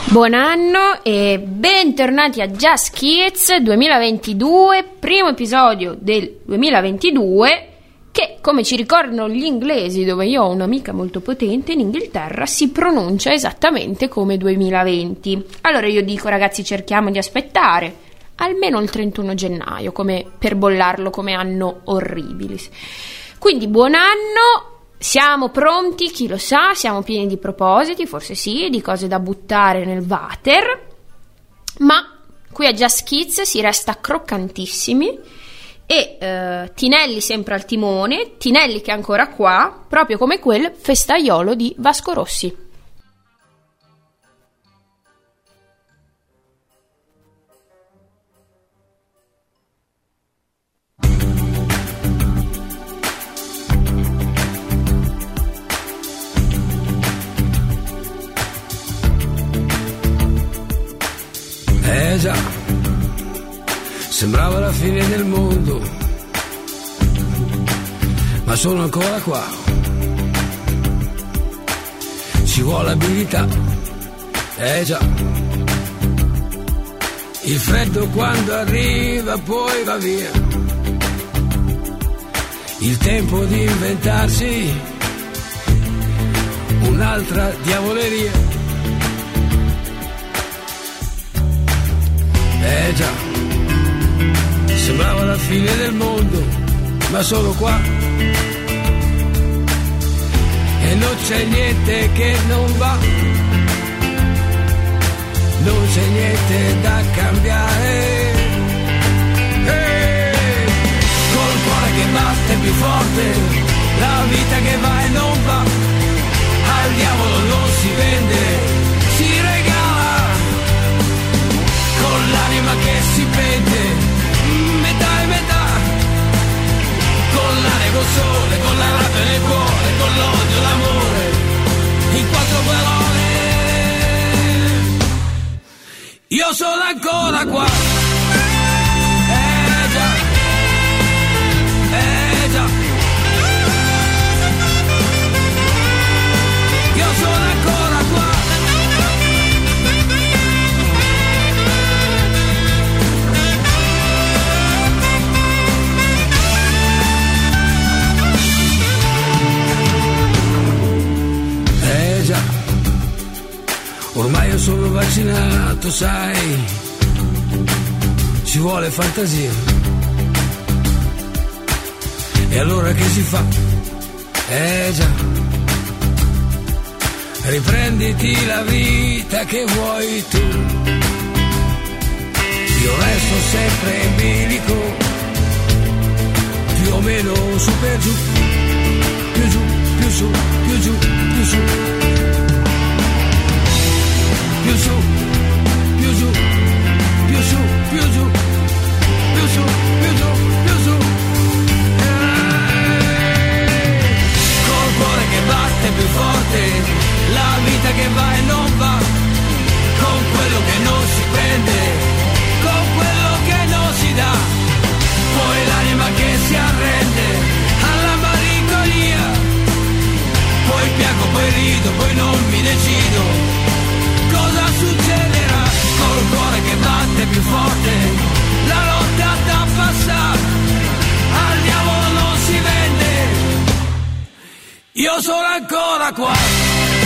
Buon anno e bentornati a Just Kids 2022, primo episodio del 2022 che, come ci ricordano gli inglesi, dove io ho un'amica molto potente in Inghilterra, si pronuncia esattamente come 2020. Allora io dico, ragazzi, cerchiamo di aspettare almeno il 31 gennaio come per bollarlo come anno orribile. Quindi buon anno. Siamo pronti, chi lo sa, siamo pieni di propositi, forse sì, di cose da buttare nel water, ma qui a Just Kids si resta croccantissimi e Tinelli sempre al timone, Tinelli che è ancora qua, proprio come quel festaiolo di Vasco Rossi. Già, sembrava la fine del mondo, ma sono ancora qua. Ci vuole abilità, già. Il freddo quando arriva poi va via. Il tempo di inventarsi un'altra diavoleria. Già, sembrava la fine del mondo, ma sono qua. E non c'è niente che non va, non c'è niente da cambiare. Col cuore che batte più forte, la vita che va e non va, al diavolo non si vende, si regala. Con l'anima che si pente, metà e metà, con l'aria, col sole, con la rabbia nel cuore, con l'odio, l'amore, in quattro parole. Io sono ancora qua, già, già. Io sono ancora qua. Ormai io sono vaccinato, sai, ci vuole fantasia. E allora che si fa? Già, riprenditi la vita che vuoi tu. Io resto sempre in bilico, più o meno su per giù, più giù, più su, più giù, più su. Più su, più su, più su, più su, più su, più su, più su. Col cuore che batte più forte, la vita che va e non va, con quello che non si prende, con quello che non si dà, poi l'anima che si arrende alla malinconia, poi piango, poi rido, poi non mi decido. Cosa succederà? Col cuore che batte più forte, la lotta da passare, al diavolo non si vende. Io sono ancora qua.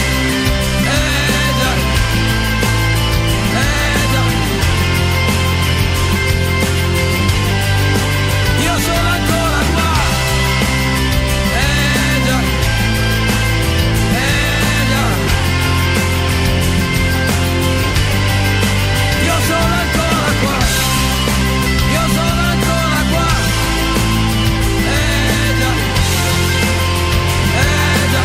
Io sono ancora qua. Sono ancora qua, io sono ancora qua, già, già.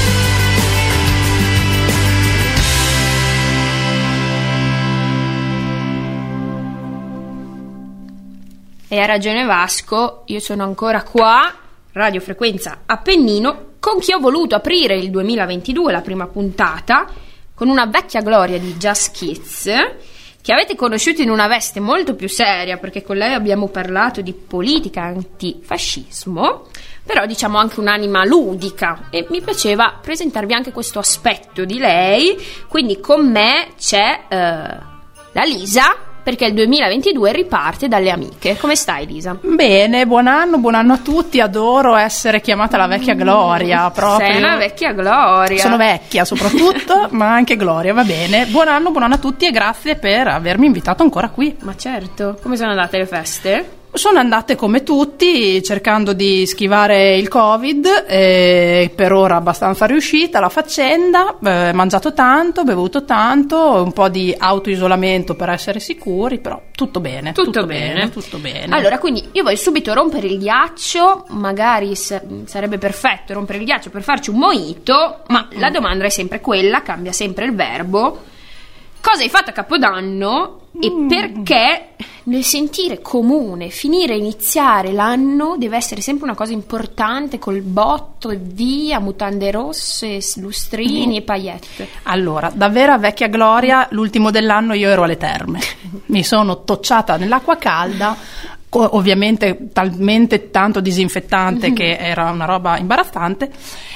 E ha ragione Vasco, io sono ancora qua, radiofrequenza Appennino, con chi ho voluto aprire il 2022, la prima puntata, con una vecchia gloria di Just Kids, che avete conosciuto in una veste molto più seria, perché con lei abbiamo parlato di politica antifascismo, però diciamo anche un'anima ludica, e mi piaceva presentarvi anche questo aspetto di lei. Quindi con me c'è la Lisa, perché il 2022 riparte dalle amiche. Come stai, Lisa? Bene, buon anno a tutti. Adoro essere chiamata la vecchia Gloria, proprio. Sei una vecchia Gloria. Sono vecchia soprattutto, ma anche Gloria, va bene. Buon anno a tutti e grazie per avermi invitato ancora qui. Ma certo. Come sono andate le feste? Sono andate come tutti, cercando di schivare il Covid, per ora abbastanza riuscita la faccenda, mangiato tanto, bevuto tanto, un po' di autoisolamento per essere sicuri, però tutto bene. Tutto bene. Tutto bene. Allora, quindi io voglio subito rompere il ghiaccio, magari sarebbe perfetto rompere il ghiaccio per farci un mojito, ma la domanda è sempre quella, cambia sempre il verbo. Cosa hai fatto a Capodanno e perché nel sentire comune finire e iniziare l'anno deve essere sempre una cosa importante, col botto e via, mutande rosse, lustrini e paillette? Allora, da vera vecchia Gloria, l'ultimo dell'anno io ero alle terme, mi sono tocciata nell'acqua calda, ovviamente talmente tanto disinfettante che era una roba imbarazzante.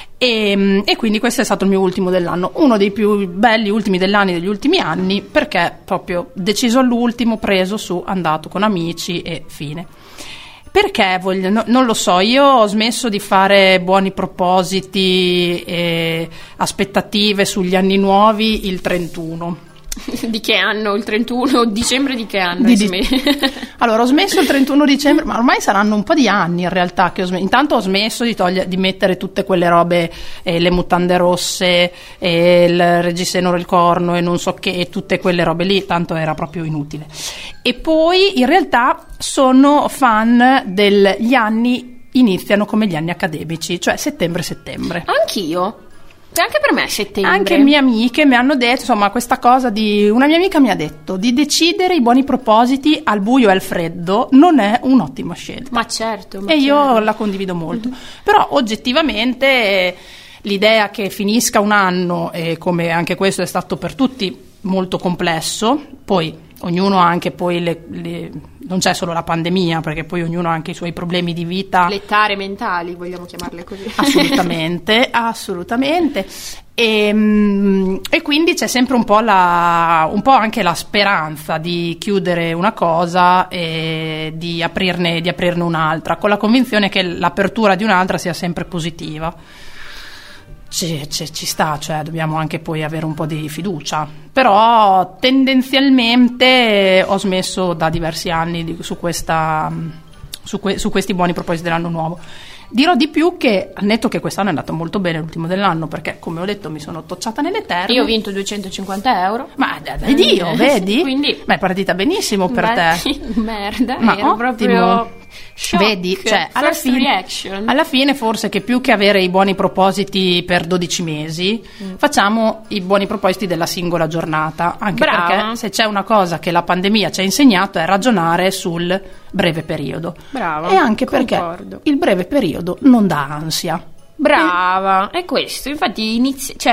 E quindi questo è stato il mio ultimo dell'anno, uno dei più belli ultimi dell'anno degli ultimi anni, perché proprio deciso all'ultimo, preso su, andato con amici e fine. Perché non lo so, io ho smesso di fare buoni propositi e aspettative sugli anni nuovi il 31. Di che anno? Il 31 dicembre di che anno? Allora, ho smesso il 31 dicembre, ma ormai saranno un po' di anni in realtà che intanto ho smesso di mettere tutte quelle robe, le mutande rosse, il reggiseno del corno e non so che, e tutte quelle robe lì, tanto era proprio inutile. E poi in realtà sono fan degli anni iniziano come gli anni accademici, cioè settembre. Anch'io. Anche per me è settembre. Anche mie amiche mi hanno detto, insomma, questa cosa una mia amica mi ha detto di decidere i buoni propositi al buio e al freddo non è un'ottima scelta. Ma certo. Io la condivido molto. Però oggettivamente l'idea che finisca un anno, e come anche questo è stato per tutti molto complesso, poi ognuno ha anche non c'è solo la pandemia, perché poi ognuno ha anche i suoi problemi di vita, le tare mentali, vogliamo chiamarle così. assolutamente e quindi c'è sempre un po' anche la speranza di chiudere una cosa e di aprirne un'altra, con la convinzione che l'apertura di un'altra sia sempre positiva. Ci sta, cioè dobbiamo anche poi avere un po' di fiducia, però tendenzialmente ho smesso da diversi anni su questi buoni propositi dell'anno nuovo. Dirò di più che, al netto che quest'anno è andato molto bene, l'ultimo dell'anno, perché come ho detto mi sono tocciata nelle terme. Io ho vinto 250 euro. Ma dai Dio, vedi? Quindi, ma è partita benissimo per te. Merda, ma ero proprio shock. Vedi, cioè alla fine forse che più che avere i buoni propositi per 12 mesi facciamo i buoni propositi della singola giornata, anche perché se c'è una cosa che la pandemia ci ha insegnato è ragionare sul breve periodo. Brava, e anche concordo. Perché il breve periodo non dà ansia. Brava, è questo, infatti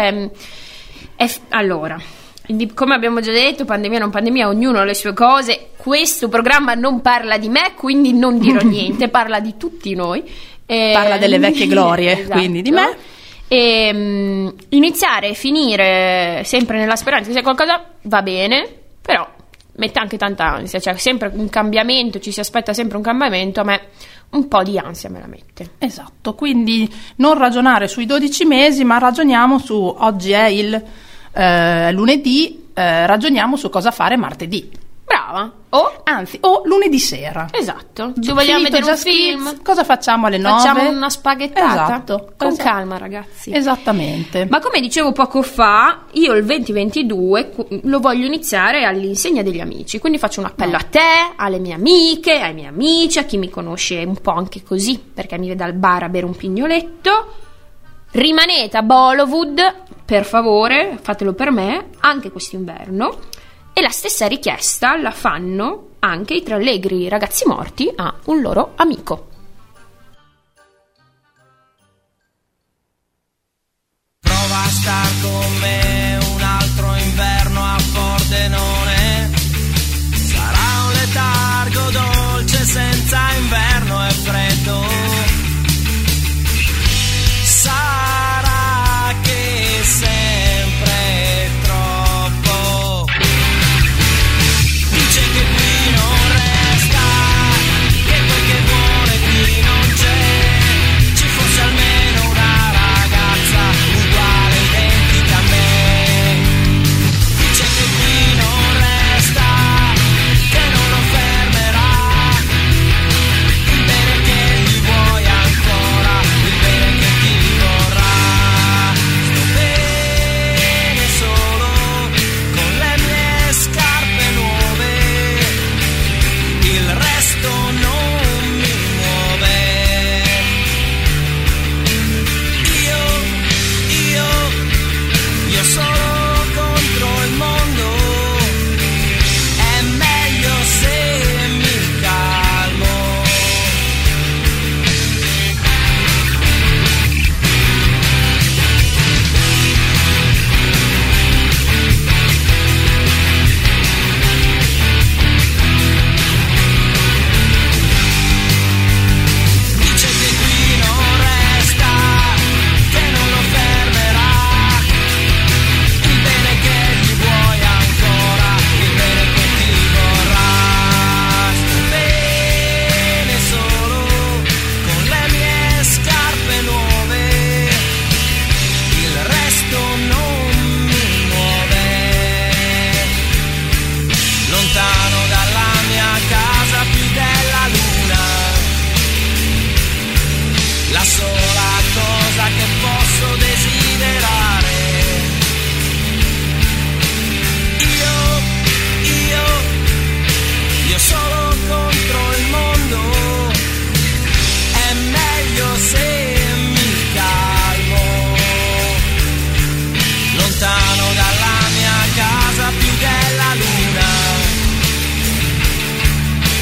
allora, come abbiamo già detto, pandemia non pandemia, ognuno ha le sue cose. Questo programma non parla di me, quindi non dirò niente, parla di tutti noi. Parla delle vecchie glorie, esatto. Quindi di me. E iniziare e finire sempre nella speranza che sia qualcosa va bene, però mette anche tanta ansia, cioè sempre un cambiamento, ci si aspetta sempre un cambiamento, a me un po' di ansia me la mette. Esatto, quindi non ragionare sui 12 mesi, ma ragioniamo su, oggi è il lunedì, ragioniamo su cosa fare martedì. Brava. O lunedì sera. Esatto. Ci vogliamo vedere un film? Cosa facciamo alle 9? Facciamo una spaghettata? Esatto. Con calma, ragazzi. Esattamente. Ma come dicevo poco fa, io il 2022 lo voglio iniziare all'insegna degli amici. Quindi faccio un appello a te, alle mie amiche, ai miei amici, a chi mi conosce un po' anche così, perché mi vede al bar a bere un pignoletto. Rimanete a Bollywood, per favore, fatelo per me, anche quest'inverno. E la stessa richiesta la fanno anche i tre allegri ragazzi morti a un loro amico. Prova a star con me un altro inverno a Pordenone.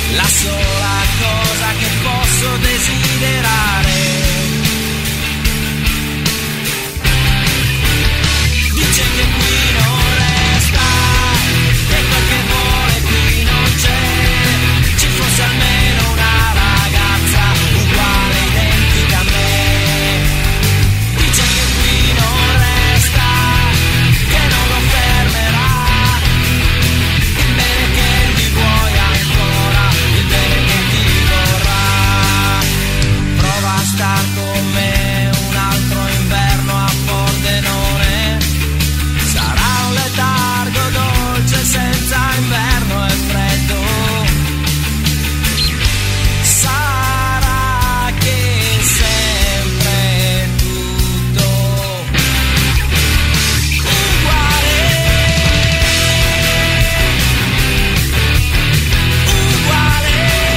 la sola cosa che posso desiderare. Dice che qui non resta, che quel che vuole qui non c'è, ci fosse almeno una ragazza uguale, identica a me. Dice che qui non resta, che non lo fermerà, il bene che gli vuoi ancora, il bene che ti vorrà. Prova a star con me un altro inverno a Pordenone, sarà un letargo dolce senza inverno e freddo. Sarà che sempre tutto uguale, uguale.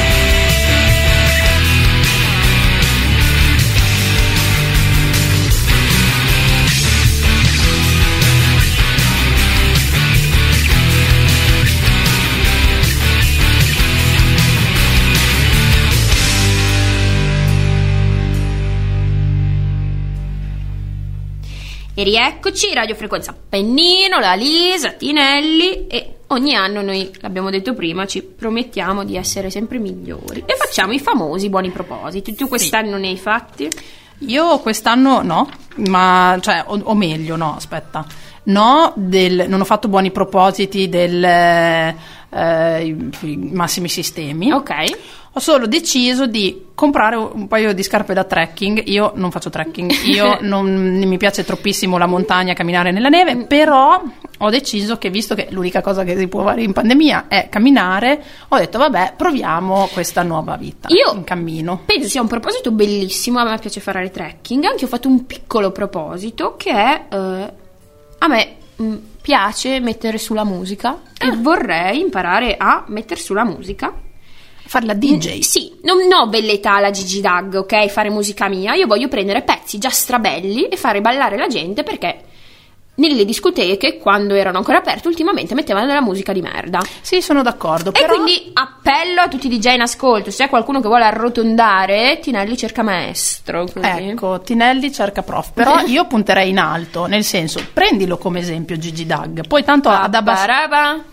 E rieccoci, radiofrequenza Appennino, la Lisa, Tinelli, e ogni anno noi, l'abbiamo detto prima, ci promettiamo di essere sempre migliori e facciamo i famosi buoni propositi. Tu quest'anno ne hai fatti? Io quest'anno no, ma cioè o meglio no, aspetta. No, non ho fatto buoni propositi del massimi sistemi. Ok. Ho solo deciso di comprare un paio di scarpe da trekking. Io non faccio trekking, io non mi piace troppissimo la montagna, camminare nella neve, però ho deciso che, visto che l'unica cosa che si può fare in pandemia è camminare, ho detto vabbè, proviamo questa nuova vita in cammino. Penso sia un proposito bellissimo, a me piace fare trekking, anche ho fatto un piccolo proposito che è a me piace mettere su la musica e vorrei imparare a mettere su la musica. Fare la DJ? Sì, non ho bell'età la Gigi Dag, ok? Fare musica mia. Io voglio prendere pezzi già strabelli e fare ballare la gente, perché nelle discoteche, quando erano ancora aperte, ultimamente mettevano della musica di merda. Sì, sono d'accordo. E quindi appello a tutti i DJ in ascolto: se c'è qualcuno che vuole arrotondare, Tinelli cerca maestro. Così. Ecco, Tinelli cerca prof. Però io punterei in alto, nel senso, prendilo come esempio Gigi Dag, poi tanto ad abbassare.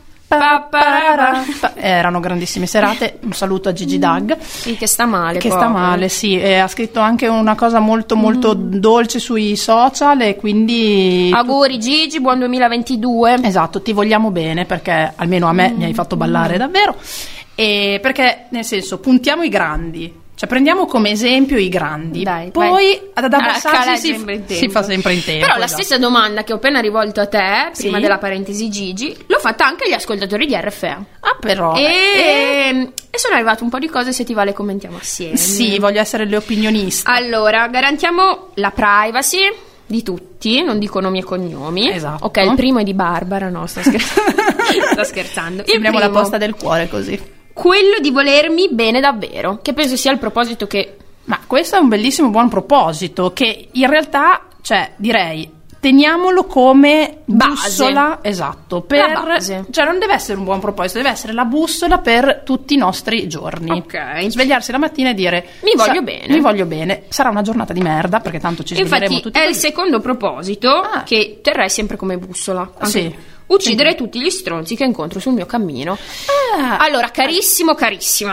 Erano grandissime serate. Un saluto a Gigi Dag, sì, che sta male, che sta male, sì, e ha scritto anche una cosa molto molto dolce sui social, e quindi auguri Gigi, buon 2022. Esatto, ti vogliamo bene, perché almeno a me mi hai fatto ballare davvero, e perché nel senso puntiamo i grandi. Cioè prendiamo come esempio i grandi, dai, poi vai. Ad abbassarsi si fa sempre in tempo. Però la stessa domanda che ho appena rivolto a te, prima della parentesi Gigi, l'ho fatta anche agli ascoltatori di RFA. Ah, però. E sono arrivate un po' di cose, se ti va le commentiamo assieme. Sì, voglio essere le opinioniste. Allora, garantiamo la privacy di tutti, non dico nomi e cognomi. Esatto. Ok, il primo è di Barbara, no, sto scherzando. Sembriamo la posta del cuore così. Quello di volermi bene davvero, che penso sia il proposito che... Ma questo è un bellissimo buon proposito, che in realtà, cioè, direi, teniamolo come bussola, esatto, per, la base. Cioè non deve essere un buon proposito, deve essere la bussola per tutti i nostri giorni. Ok. Svegliarsi la mattina e dire mi voglio bene. Mi voglio bene. Sarà una giornata di merda, perché tanto ci sveglieremo infatti tutti. È così. il secondo proposito che terrei sempre come bussola. Sì. Uccidere tutti gli stronzi che incontro sul mio cammino. Allora, carissimo, carissima.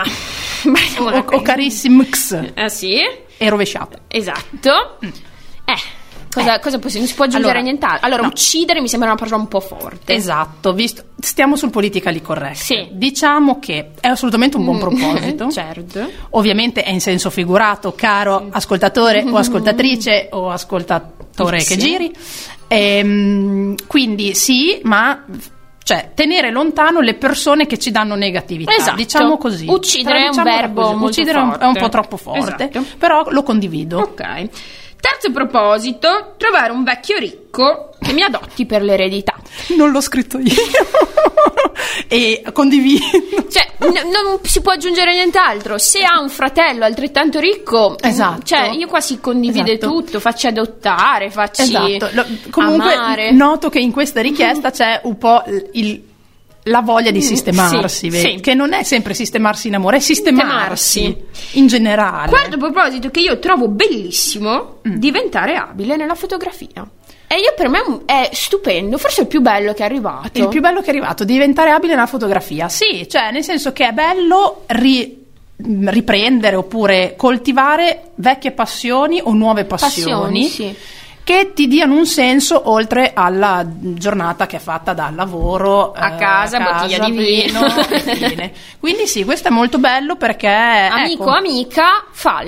O carissimx. Sì. E rovesciato. Esatto. Cosa possiamo? Non si può aggiungere nient'altro. Allora, no. Uccidere mi sembra una parola un po' forte. Esatto, stiamo sul politically correct. Sì. Diciamo che è assolutamente un buon proposito. Certo. Ovviamente è in senso figurato, caro ascoltatore o ascoltatrice o ascoltatore che giri. Quindi sì, ma cioè tenere lontano le persone che ci danno negatività. Esatto. Diciamo così. Uccidere è un verbo molto uccidere forte. è un po' troppo forte, esatto. Però lo condivido. Ok. Terzo proposito: trovare un vecchio ricco che mi adotti per l'eredità. Non l'ho scritto io. E condivido. Cioè, non si può aggiungere nient'altro. Se ha un fratello altrettanto ricco, esatto. Cioè, io qua si condivide tutto. Facci adottare, facci comunque amare. Noto che in questa richiesta c'è un po' la voglia di sistemarsi, sì, sì. che non è sempre sistemarsi in amore, è sistemarsi in generale. Quarto proposito che io trovo bellissimo, diventare abile nella fotografia. E io, per me è stupendo, forse è il più bello che è arrivato. Il più bello che è arrivato, diventare abile nella fotografia. Sì, cioè nel senso che è bello riprendere oppure coltivare vecchie passioni o nuove passioni, sì. che ti diano un senso oltre alla giornata che è fatta dal lavoro a casa, bottiglia di vino e fine. Quindi sì, questo è molto bello perché amico, amica,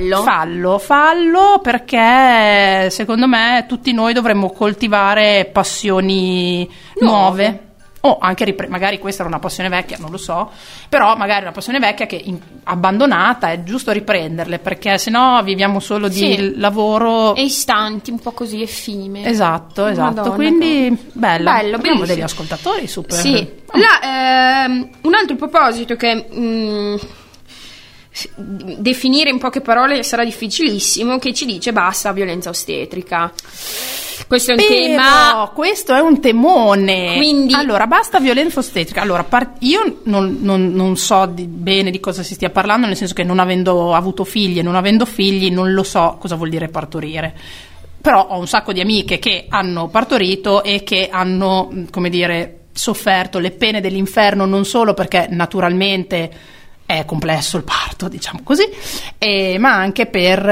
fallo perché secondo me tutti noi dovremmo coltivare passioni nuove. O anche magari questa era una passione vecchia, non lo so, però magari una passione vecchia che abbandonata è giusto riprenderle, perché sennò viviamo solo di lavoro e istanti un po' così effimeri. Esatto. Madonna, quindi bello, abbiamo bellissimo. degli ascoltatori super. Sì. Un altro proposito che definire in poche parole sarà difficilissimo, che ci dice basta violenza ostetrica. Questo è un tema. Questo è un temone. Quindi, allora, basta violenza ostetrica. Allora, io non so bene di cosa si stia parlando, nel senso che non avendo avuto figli e non avendo figli, non lo so cosa vuol dire partorire. Però ho un sacco di amiche che hanno partorito e che hanno, come dire, sofferto le pene dell'inferno, non solo perché naturalmente è complesso il parto, diciamo così, ma anche per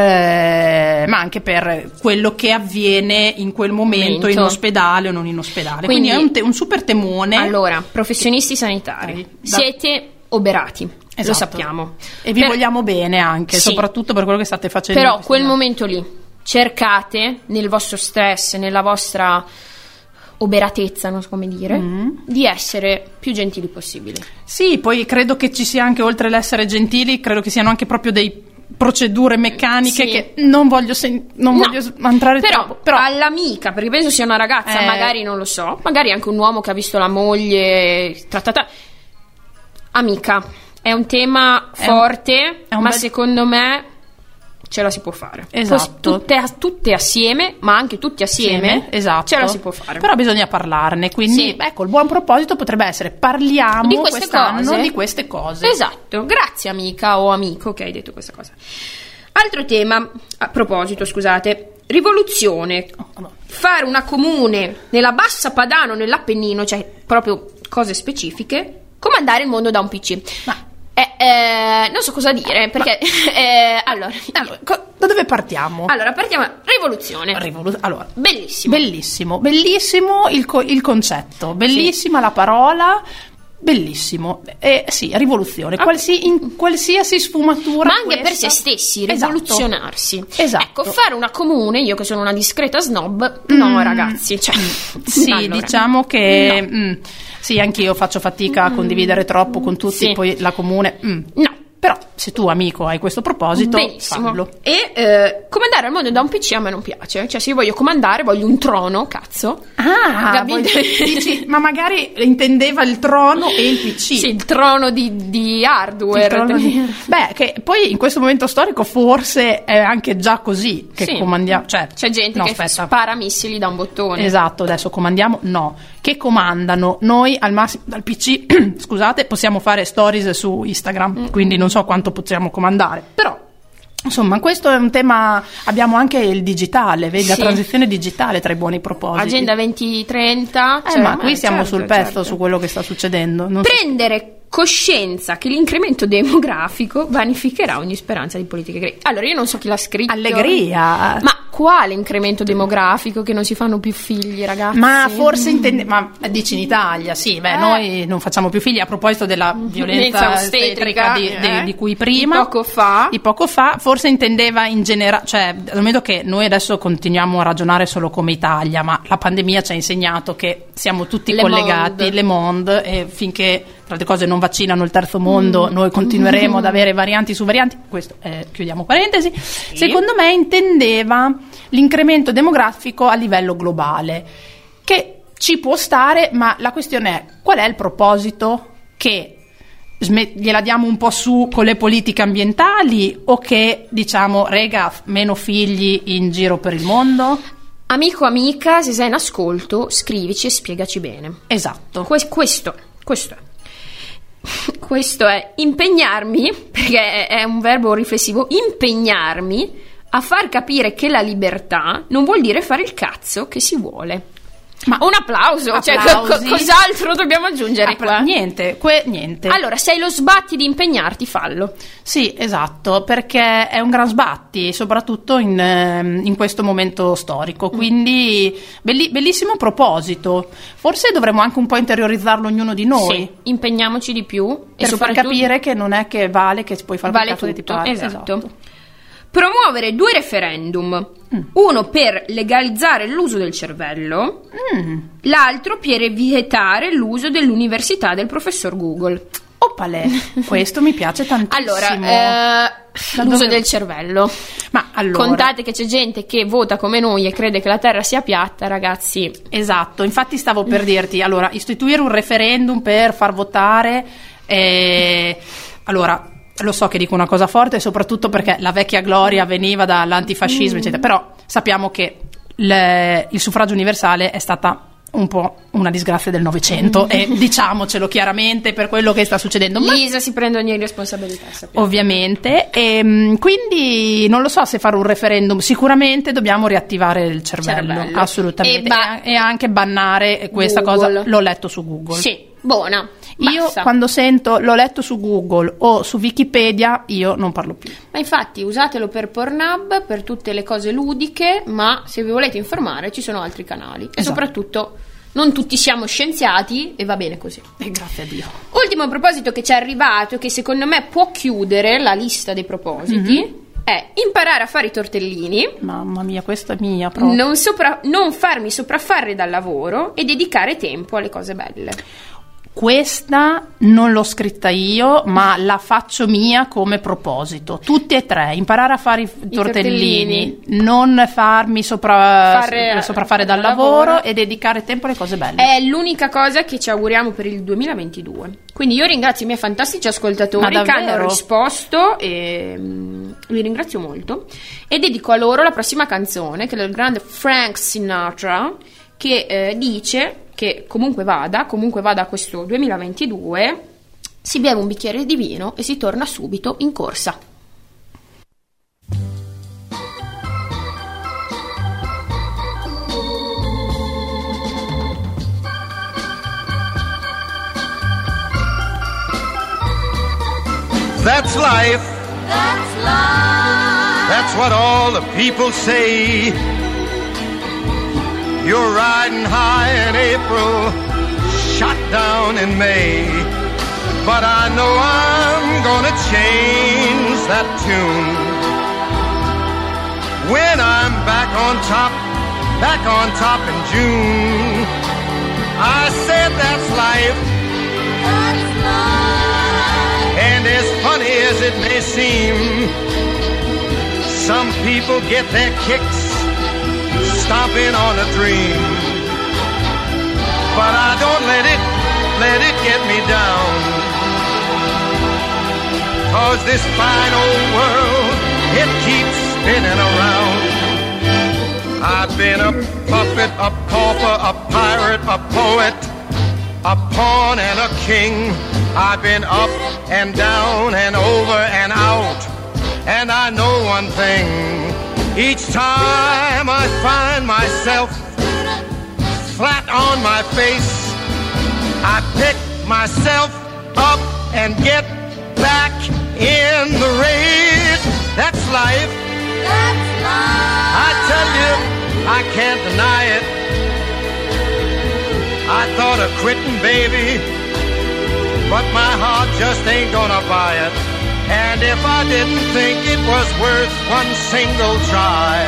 quello che avviene in quel momento in ospedale o non in ospedale. Quindi è un super temone. Allora, professionisti sanitari, siete oberati, esatto. Lo sappiamo. E vi vogliamo bene anche, soprattutto per quello che state facendo. Però quel momento lì, cercate nel vostro stress, nella vostra oberatezza, non so come dire, di essere più gentili possibile. Sì, poi credo che ci sia anche, oltre l'essere gentili, credo che siano anche proprio dei procedure meccaniche che non voglio entrare troppo. Però all'amica, perché penso sia una ragazza, magari non lo so, magari anche un uomo che ha visto la moglie amica, è un tema forte, ma secondo me ce la si può fare. Esatto. Tutte assieme, ma anche tutti assieme, esatto. Ce la si può fare. Però bisogna parlarne, quindi ecco, il buon proposito potrebbe essere parliamo quest'anno di queste cose. Esatto, grazie amica o amico che hai detto questa cosa. Altro tema, a proposito, scusate, rivoluzione. Fare una comune nella Bassa Padano, nell'Appennino, cioè proprio cose specifiche, comandare il mondo da un PC. Non so cosa dire, perché allora, da dove partiamo? Allora, partiamo rivoluzione. Allora, bellissimo il concetto, bellissima la parola, bellissimo. Sì, rivoluzione, in qualsiasi sfumatura. Ma anche per se stessi, rivoluzionarsi. Esatto. Ecco, fare una comune, io che sono una discreta snob, no ragazzi, cioè, sì, allora, diciamo che sì, anch'io faccio fatica a condividere troppo con tutti, poi la comune no. Però se tu amico hai questo proposito, fallo. E comandare al mondo da un PC a me non piace, cioè se io voglio comandare voglio un trono, cazzo. Dici, ma magari intendeva il trono e il PC. Sì, il trono di hardware. Beh, che poi in questo momento storico forse è anche già così che comandiamo, cioè c'è gente che spara missili da un bottone. Esatto, adesso comandiamo, che comandano. Noi al massimo dal PC scusate, possiamo fare stories su Instagram, quindi non so quanto possiamo comandare, però insomma questo è un tema. Abbiamo anche il digitale, vedi, la transizione digitale tra i buoni propositi, Agenda 2030, ma qui siamo sul pezzo su quello che sta succedendo. Prendere coscienza che l'incremento demografico vanificherà ogni speranza di politiche greche. Allora io non so chi l'ha scritto. Allegria. Ma quale incremento demografico? Che non si fanno più figli, ragazzi? Ma forse ma dici in Italia, sì, noi non facciamo più figli. A proposito della violenza ostetrica di cui prima, di poco fa, forse intendeva in generale, cioè dal momento che noi adesso continuiamo a ragionare solo come Italia, ma la pandemia ci ha insegnato che siamo tutti collegati, le monde, e finché tra le cose non vaccinano il terzo mondo, noi continueremo ad avere varianti su varianti. Questo chiudiamo parentesi. Secondo me intendeva l'incremento demografico a livello globale, che ci può stare, ma la questione è: qual è il proposito? Che gliela diamo un po' su con le politiche ambientali, o che diciamo meno figli in giro per il mondo? Amico, amica, se sei in ascolto, scrivici e spiegaci bene. Esatto. Questo è. Questo è impegnarmi, perché è un verbo riflessivo, impegnarmi a far capire che la libertà non vuol dire fare il cazzo che si vuole. Ma un applauso. Cioè, cos'altro dobbiamo aggiungere qua? Niente. Allora, se hai lo sbatti di impegnarti, fallo. Sì, esatto, perché è un gran sbatti, soprattutto in questo momento storico. Quindi, bellissimo proposito. Forse dovremmo anche un po' interiorizzarlo ognuno di noi. Sì, impegniamoci di più. Per far capire che non è che vale che puoi fare vale il cazzo che ti pare. Esatto. Promuovere 2 referendum, uno per legalizzare l'uso del cervello, l'altro per vietare l'uso dell'università del professor Google. Oppale, questo mi piace tantissimo. Allora, l'uso del cervello. Ma allora, contate che c'è gente che vota come noi e crede che la Terra sia piatta, ragazzi. Esatto, infatti stavo per dirti, allora, istituire un referendum per far votare, allora, lo so che dico una cosa forte, soprattutto perché la vecchia gloria veniva dall'antifascismo, eccetera, però sappiamo che il suffragio universale è stata un po' una disgrazia del Novecento e diciamocelo chiaramente per quello che sta succedendo. Lisa si prende ogni responsabilità, sappiamo. Ovviamente, e quindi non lo so se fare un referendum, sicuramente dobbiamo riattivare il cervello. Assolutamente, e anche bannare questa Google. cosa, l'ho letto su Google. Sì, buona. Io Basta. quando sento l'ho letto su Google o su Wikipedia, io non parlo più. Ma infatti usatelo per Pornhub, per tutte le cose ludiche, ma se vi volete informare ci sono altri canali. Esatto. E soprattutto non tutti siamo scienziati e va bene così. E grazie a Dio. Ultimo proposito che ci è arrivato e che secondo me può chiudere la lista dei propositi è imparare a fare i tortellini. Mamma mia, questa è mia proprio. Non farmi sopraffare dal lavoro e dedicare tempo alle cose belle. Questa non l'ho scritta io, ma la faccio mia come proposito. Tutti e 3, imparare a fare i tortellini, non farmi sopraffare dal lavoro e dedicare tempo alle cose belle. È l'unica cosa che ci auguriamo per il 2022. Quindi io ringrazio i miei fantastici ascoltatori che hanno risposto e li ringrazio molto. E dedico a loro la prossima canzone, che è del grande Frank Sinatra, che dice che comunque vada questo 2022, si beve un bicchiere di vino e si torna subito in corsa. That's life. That's life. That's what all the people say. You're riding high in April, shot down in May. But I know I'm gonna change that tune. When I'm back on top in June. I said that's life. That's life. And as funny as it may seem, some people get their kicks stomping on a dream, but I don't let it get me down, 'cause this fine old world, it keeps spinning around. I've been a puppet, a pauper, a pirate, a poet, a pawn and a king. I've been up and down and over and out, and I know one thing. Each time I find myself flat on my face, I pick myself up and get back in the race. That's life. That's life. I tell you, I can't deny it. I thought of quitting, baby, but my heart just ain't gonna buy it. And if I didn't think it was worth one single try,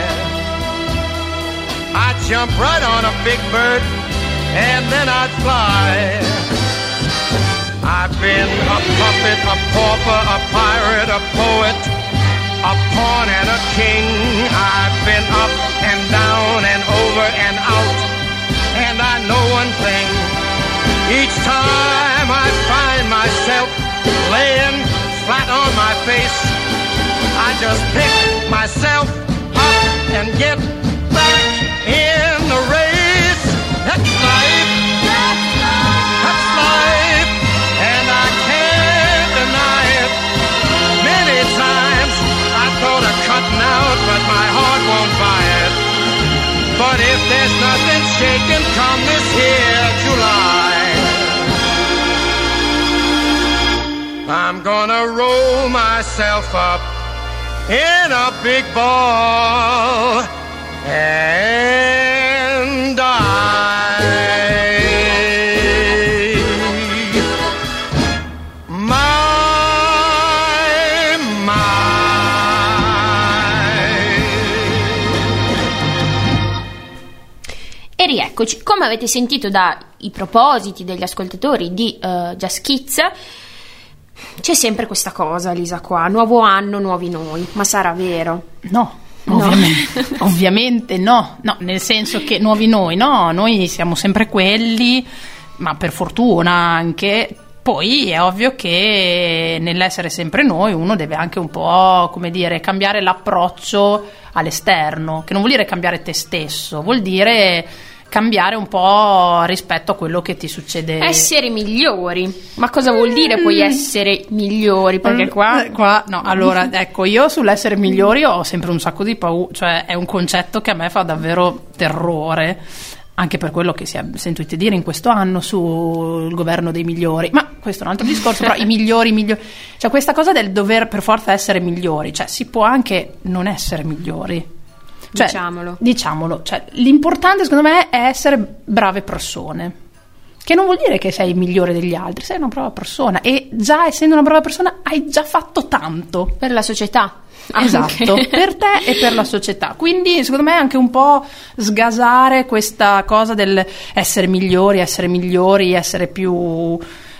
I'd jump right on a big bird and then I'd fly. I've been a puppet, a pauper, a pirate, a poet, a pawn and a king. I've been up and down and over and out, and I know one thing. Each time I find myself laying flat on my face, I just pick myself up and get back in the race. That's life. That's life. That's life. And I can't I'm gonna roll myself up in a big ball and die. E rieccoci, come avete sentito dai propositi degli ascoltatori di Just Kids, c'è sempre questa cosa, Lisa, qua, nuovo anno, nuovi noi, ma sarà vero? No. Ovviamente no, nel senso che nuovi noi, no, noi siamo sempre quelli, ma per fortuna anche. Poi è ovvio che nell'essere sempre noi uno deve anche un po', come dire, cambiare l'approccio all'esterno, che non vuol dire cambiare te stesso, vuol dire cambiare un po' rispetto a quello che ti succede. Essere migliori. Ma cosa vuol dire poi essere migliori? Perché qua no, allora ecco, io sull'essere migliori ho sempre un sacco di paura, cioè è un concetto che a me fa davvero terrore, anche per quello che si è sentito dire in questo anno sul governo dei migliori, ma questo è un altro discorso. Però i migliori, cioè questa cosa del dover per forza essere migliori, cioè si può anche non essere migliori. Cioè, diciamolo, cioè, l'importante secondo me è essere brave persone, che non vuol dire che sei migliore degli altri, sei una brava persona e già essendo una brava persona hai già fatto tanto per la società. Esatto, per te e per la società. Quindi secondo me anche un po' sgasare questa cosa del essere migliori, essere più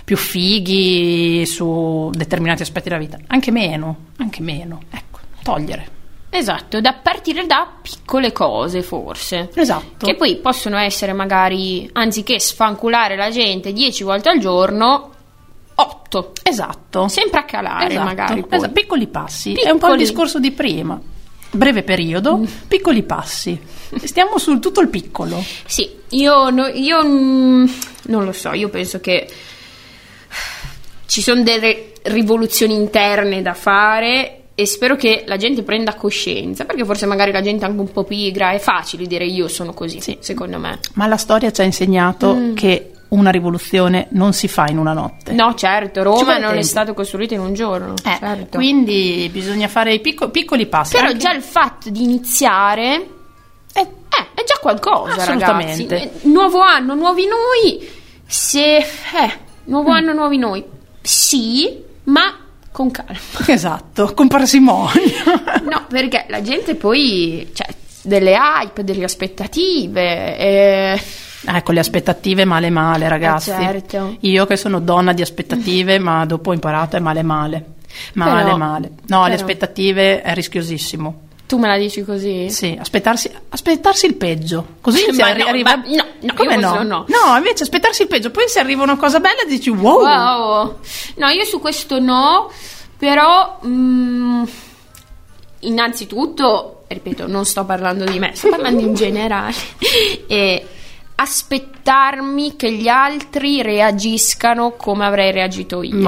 fighi su determinati aspetti della vita, anche meno, ecco, togliere. Esatto, da partire da piccole cose forse. Esatto. Che poi possono essere magari, anziché sfanculare la gente 10 volte al giorno, 8. Esatto. Sempre a calare, magari. Poi. Esatto. Piccoli passi. È un po' il discorso di prima. Breve periodo, piccoli passi. Stiamo sul tutto il piccolo. Sì, io non lo so, io penso che ci sono delle rivoluzioni interne da fare e spero che la gente prenda coscienza, perché forse magari la gente è anche un po' pigra, è facile dire io sono così, sì, secondo me. Ma la storia ci ha insegnato che una rivoluzione non si fa in una notte. No, certo, Roma non è stato costruito in un giorno, certo. Quindi bisogna fare i piccoli passi. Però già il fatto di iniziare è già qualcosa, assolutamente. Ragazzi. Nuovo anno, nuovi noi, nuovo anno, nuovi noi, sì, ma con calma. Esatto, con parsimonia. No, perché la gente poi, cioè, delle hype, delle aspettative. Ecco, le aspettative male, ragazzi. Certo. Io che sono donna di aspettative, ma dopo ho imparato è male. No, però, le aspettative è rischiosissimo. Tu me la dici così? Sì, aspettarsi il peggio. Così arriva. No, come no? No, invece aspettarsi il peggio, poi se arriva una cosa bella dici wow. No, io su questo no, però innanzitutto, ripeto, non sto parlando di me, sto parlando in generale. E aspettarmi che gli altri reagiscano come avrei reagito io.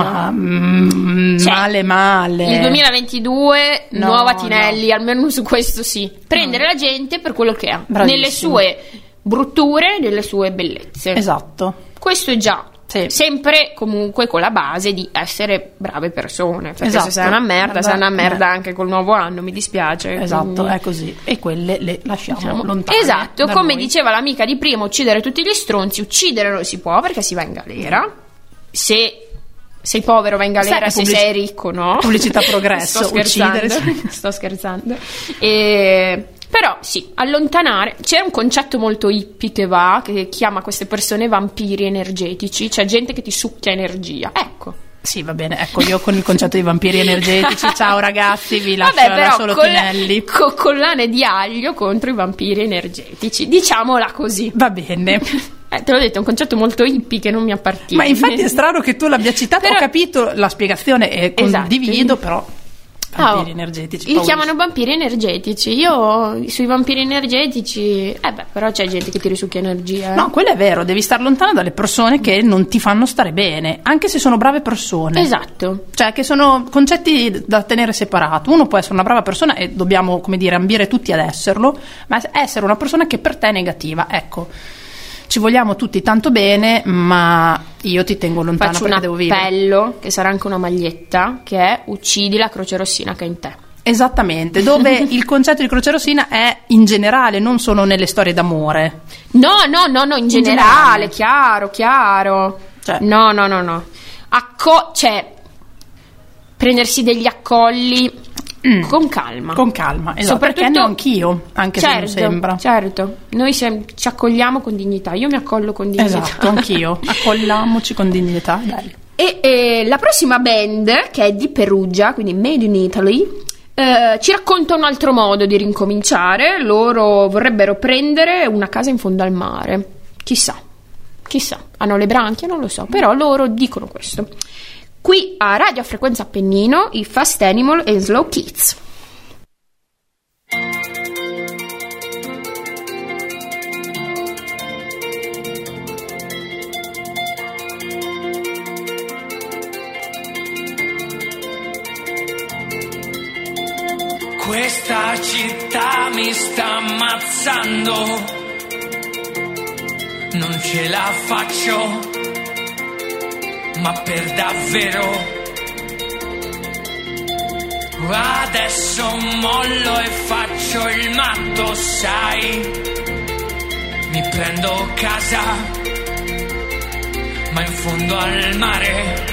Male. Il 2022 nuova Tinelli, almeno su questo sì. Prendere la gente per quello che è, nelle sue brutture, nelle sue bellezze. Esatto. Questo è già. Sì. Sempre comunque con la base di essere brave persone, perché se sei una merda, sei una merda anche col nuovo anno, mi dispiace. Esatto, quindi. È così. E quelle le lasciamo lontane. Esatto, come diceva l'amica di prima, uccidere tutti gli stronzi, uccidere non si può perché si va in galera. Se sei povero vai in galera, se sei ricco no. Pubblicità progresso, sto scherzando. Però sì, allontanare. C'è un concetto molto hippie che chiama queste persone vampiri energetici, cioè gente che ti succhia energia. Ecco. Sì, va bene, ecco, io con il concetto di vampiri energetici, ciao ragazzi, vi lascio solo Tinelli. Collane di aglio contro i vampiri energetici, diciamola così. Va bene. Te l'ho detto, è un concetto molto hippie che non mi appartiene. Ma infatti è strano che tu l'abbia citato, ho capito la spiegazione e condivido, però... Vampiri energetici. Li chiamano vampiri energetici. Io sui vampiri energetici, però c'è gente che ti risucchia energia. No, quello è vero, devi star lontano dalle persone che non ti fanno stare bene, anche se sono brave persone. Esatto. Cioè, che sono concetti da tenere separato. Uno può essere una brava persona e dobbiamo, come dire, ambire tutti ad esserlo, ma essere una persona che per te è negativa, ecco. ci vogliamo tutti tanto bene, ma io ti tengo lontana Faccio perché un devo vivere. appello, che sarà anche una maglietta, che è uccidi la croce rossina che è in te. Esattamente, dove il concetto di croce rossina è in generale, non solo nelle storie d'amore. No, in generale, chiaro. Cioè. No. Cioè, prendersi degli accolli con calma. Con calma, esatto, Soprattutto, perché ne ho anch'io, anche se non sembra. Certo, noi ci accogliamo con dignità, io mi accollo con dignità. Esatto, anch'io, accolliamoci con dignità, bello. E la prossima band, che è di Perugia, quindi Made in Italy, ci racconta un altro modo di rincominciare. Loro vorrebbero prendere una casa in fondo al mare. Chissà, hanno le branchie, non lo so, però loro dicono questo. Qui a Radio a Frequenza Appennino, i Fast Animal e Slow Kids. Questa città mi sta ammazzando, non ce la faccio, ma per davvero. Adesso mollo e faccio il matto, sai, mi prendo casa, ma in fondo al mare.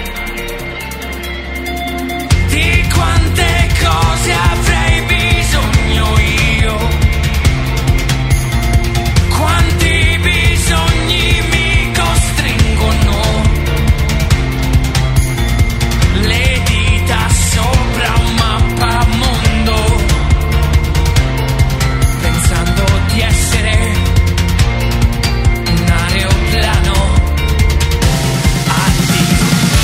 Di quante cose avrei bisogno io, quanti bisogni mi costringono, le dita sopra un mappamondo, pensando di essere un aeroplano. Addio.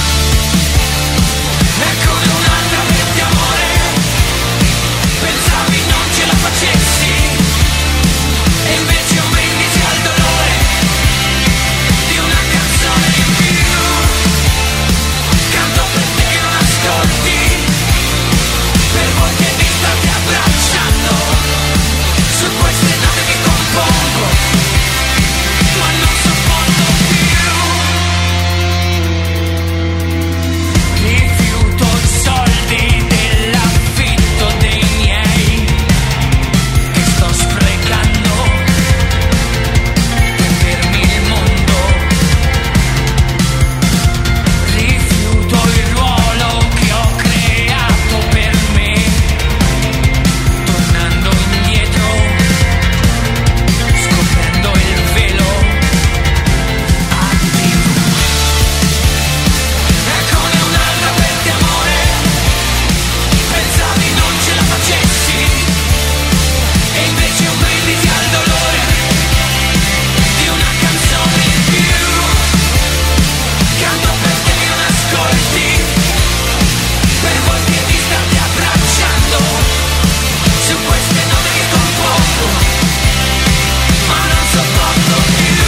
Ecco un'altra vita amore, pensavi non ce la facessi, e invece un brindisi al dolore di una canzone in più. Canto per te che non ascolti, per voi che mi state abbracciando, su queste note che compongo, ma non sopporto più. Rifiuto i soldi dell'affitto dei miei, che sto sprecando per bermi il mondo. Rifiuto il ruolo che ho creato per me, tornando indietro, scoprendo il velo. Addio. Eccone un'altra per te amore, pensavi non ce la facessi, e invece un brindisi al dolore di una canzone in più. Canto per te che non ascolti, per voi che vi state abbracciando, su queste note che compongo, ma non sopporto più.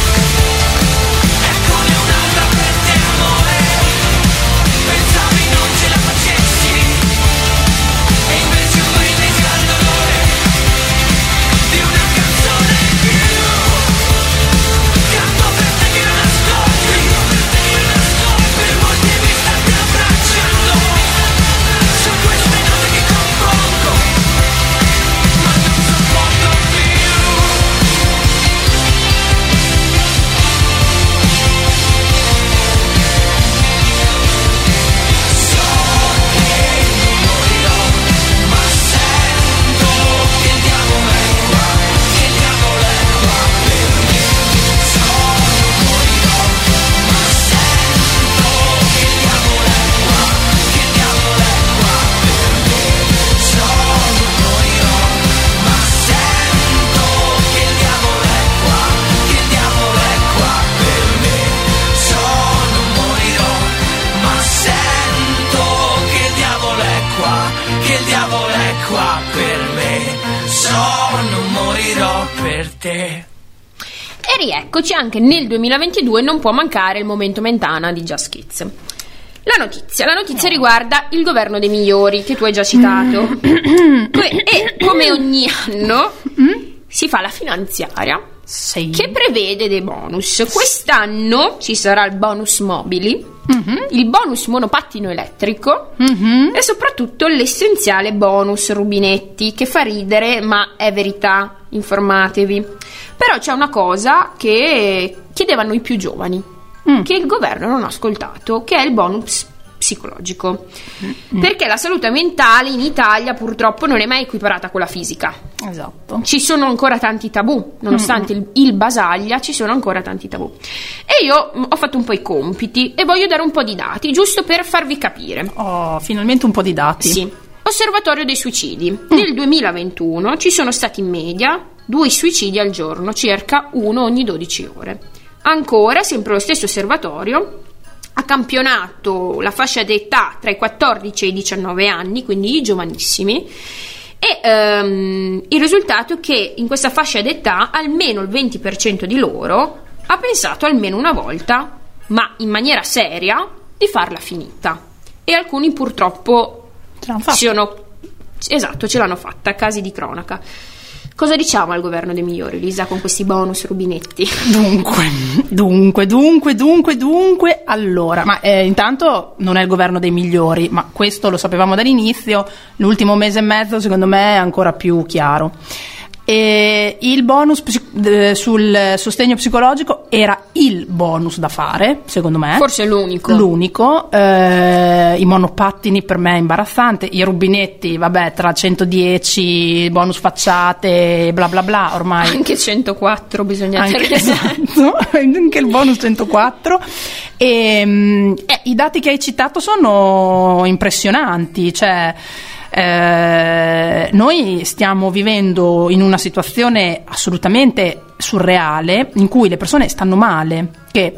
Eccone un'altra per te amore, pensavi non ce la facessi, e invece un brindisi al dolore di una canzone in più. Canto per te che non ascolti, per voi che vi state abbracciando, su queste note che compongo, ma non sopporto più. So che non morirò, ma sento che il diavolo è qua, che il diavolo è qua per me. So non morirò, ma sento che il diavolo è qua, che il diavolo è qua per me. So non morirò, ma sento che il diavolo è qua, che il diavolo è qua per me. So non morirò, ma sento che il diavolo è qua, che il diavolo è qua per me. So non morirò per te. E rieccoci, anche nel 2022 non può mancare il momento Mentana di Just Kids. La notizia riguarda il governo dei migliori, che tu hai già citato. E come ogni anno si fa la finanziaria Sì. che prevede dei bonus. Quest'anno ci sarà il bonus mobili, il bonus monopattino elettrico e soprattutto l'essenziale bonus rubinetti, che fa ridere ma è verità, informatevi. Però c'è una cosa che chiedevano i più giovani, che il governo non ha ascoltato, che è il bonus psicologico, perché la salute mentale in Italia purtroppo non è mai equiparata con la fisica. Esatto. Ci sono ancora tanti tabù, nonostante il Basaglia, ci sono ancora tanti tabù. E io ho fatto un po' i compiti e voglio dare un po' di dati, giusto per farvi capire. Oh, finalmente un po' di dati. Sì. Osservatorio dei suicidi. Nel 2021 ci sono stati in media 2 suicidi al giorno, circa 1 ogni 12 ore. Ancora, sempre lo stesso osservatorio ha campionato la fascia d'età tra i 14 e i 19 anni, quindi i giovanissimi, e il risultato è che in questa fascia d'età almeno il 20% di loro ha pensato almeno una volta, ma in maniera seria, di farla finita. E alcuni purtroppo Ce l'hanno fatta. ce l'hanno fatta, casi di cronaca. Cosa diciamo al governo dei migliori, Lisa, con questi bonus rubinetti? Dunque, allora, ma intanto non è il governo dei migliori, ma questo lo sapevamo dall'inizio, l'ultimo mese e mezzo secondo me è ancora più chiaro. E il bonus sul sostegno psicologico era il bonus da fare, secondo me. Forse è l'unico. I monopattini per me è imbarazzante, i rubinetti, vabbè, tra 110 bonus facciate, bla bla bla, ormai. Anche 104 bisogna Anche, tenere. esatto, anche il bonus 104. E i dati che hai citato sono impressionanti, cioè noi stiamo vivendo in una situazione assolutamente surreale in cui le persone stanno male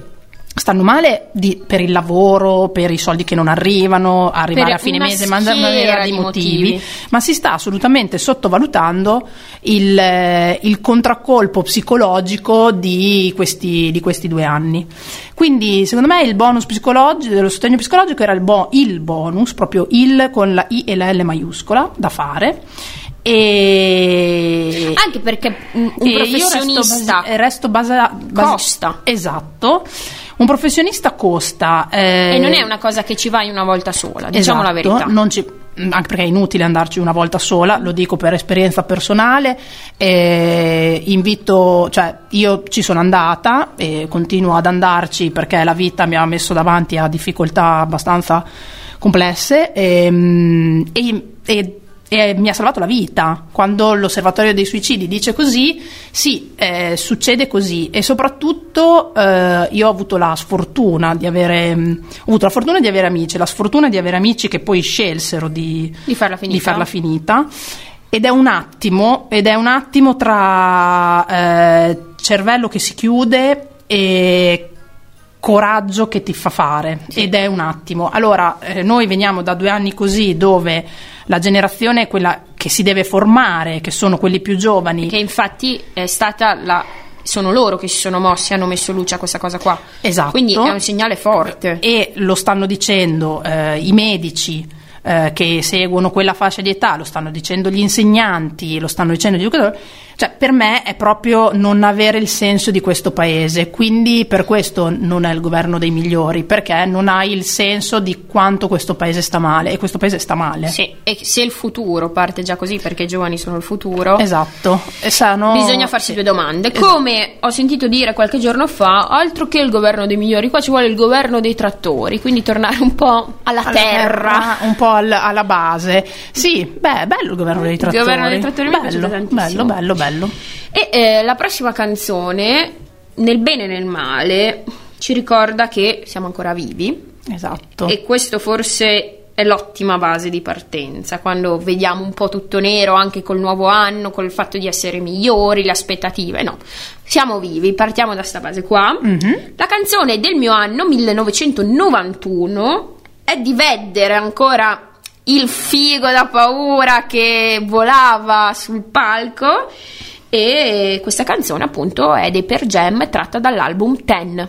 per il lavoro, per i soldi che non arrivano, arrivare Per a fine una mese, ma una schiera maniera di motivi, ma si sta assolutamente sottovalutando il contraccolpo psicologico di questi 2 anni. Quindi secondo me il bonus psicologico, dello sostegno psicologico, era il bonus, proprio il con la I e la L maiuscola, da fare. E Anche perché un professionista costa. Esatto, un professionista costa e non è una cosa che ci vai una volta sola, diciamo la verità. Anche perché è inutile andarci una volta sola, lo dico per esperienza personale. Io ci sono andata e continuo ad andarci perché la vita mi ha messo davanti a difficoltà abbastanza complesse e mi ha salvato la vita. Quando l'osservatorio dei suicidi dice così, sì, succede così. E soprattutto io ho avuto la sfortuna di avere amici, la sfortuna di avere amici che poi scelsero di farla finita. Ed è un attimo tra cervello che si chiude e coraggio che ti fa fare, sì. Ed è un attimo. Allora, noi veniamo da 2 anni così, dove la generazione è quella che si deve formare, che sono quelli più giovani, che infatti è stata sono loro che si sono mossi, hanno messo luce a questa cosa qua. Esatto. Quindi è un segnale forte. E lo stanno dicendo i medici che seguono quella fascia di età, lo stanno dicendo gli insegnanti, lo stanno dicendo gli educatori. Cioè, per me è proprio non avere il senso di questo paese, quindi per questo non è il governo dei migliori, perché non hai il senso di quanto questo paese sta male, e questo paese sta male. Sì, e se il futuro parte già così, perché i giovani sono il futuro, esatto, bisogna farsi 2 domande. Esatto. Come ho sentito dire qualche giorno fa, altro che il governo dei migliori, qua ci vuole il governo dei trattori, quindi tornare un po' alla terra, un po' alla base. Sì, beh, bello il governo dei trattori. Il governo dei trattori mi piace tantissimo. Bello. E la prossima canzone, nel bene e nel male, ci ricorda che siamo ancora vivi. Esatto. E questo forse è l'ottima base di partenza, quando vediamo un po' tutto nero anche col nuovo anno, col fatto di essere migliori, le aspettative. No, siamo vivi, partiamo da sta base qua. La canzone del mio anno, 1991, è di Vedder, ancora il figo da paura che volava sul palco, e questa canzone appunto è dei Pearl Jam, tratta dall'album Ten.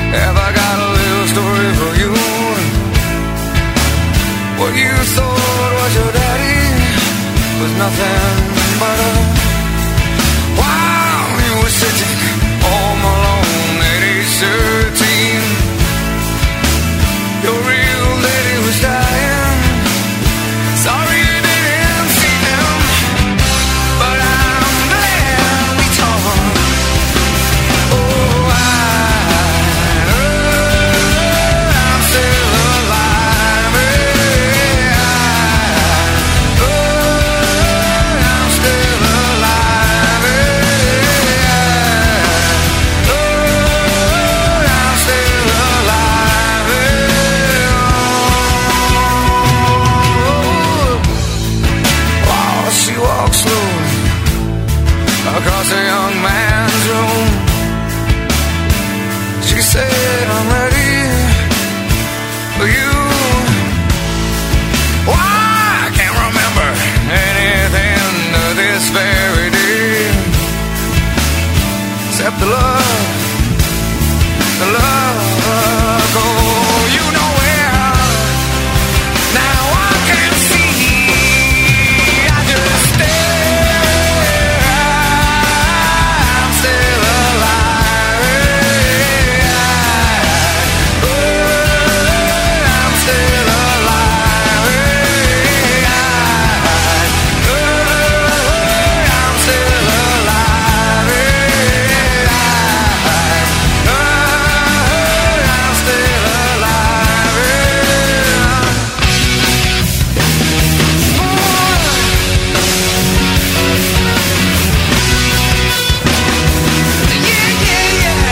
Have I got a little story for you? What you thought was your daddy was nothing but a while you were sitting home alone at age 13. Your real daddy was dying. Sorry you didn't see him, but I'm glad we talked. Oh, I'm still alive. I'm still alive. I'm still alive. Oh, she walks slowly across a young man's room. She said, I'm ready for you. Oh, I can't remember anything to this very day except the love. Oh, you know where. Now I can see. I just stare. I'm still alive. I'm still alive. I'm still alive. I'm still alive. Yeah, yeah, yeah.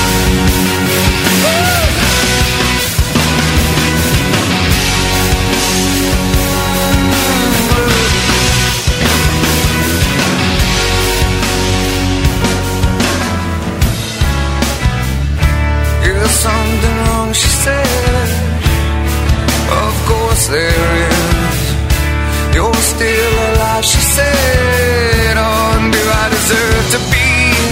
Is something wrong, she said. Of course there is. You're still alive, she said. Oh, and do I deserve to be?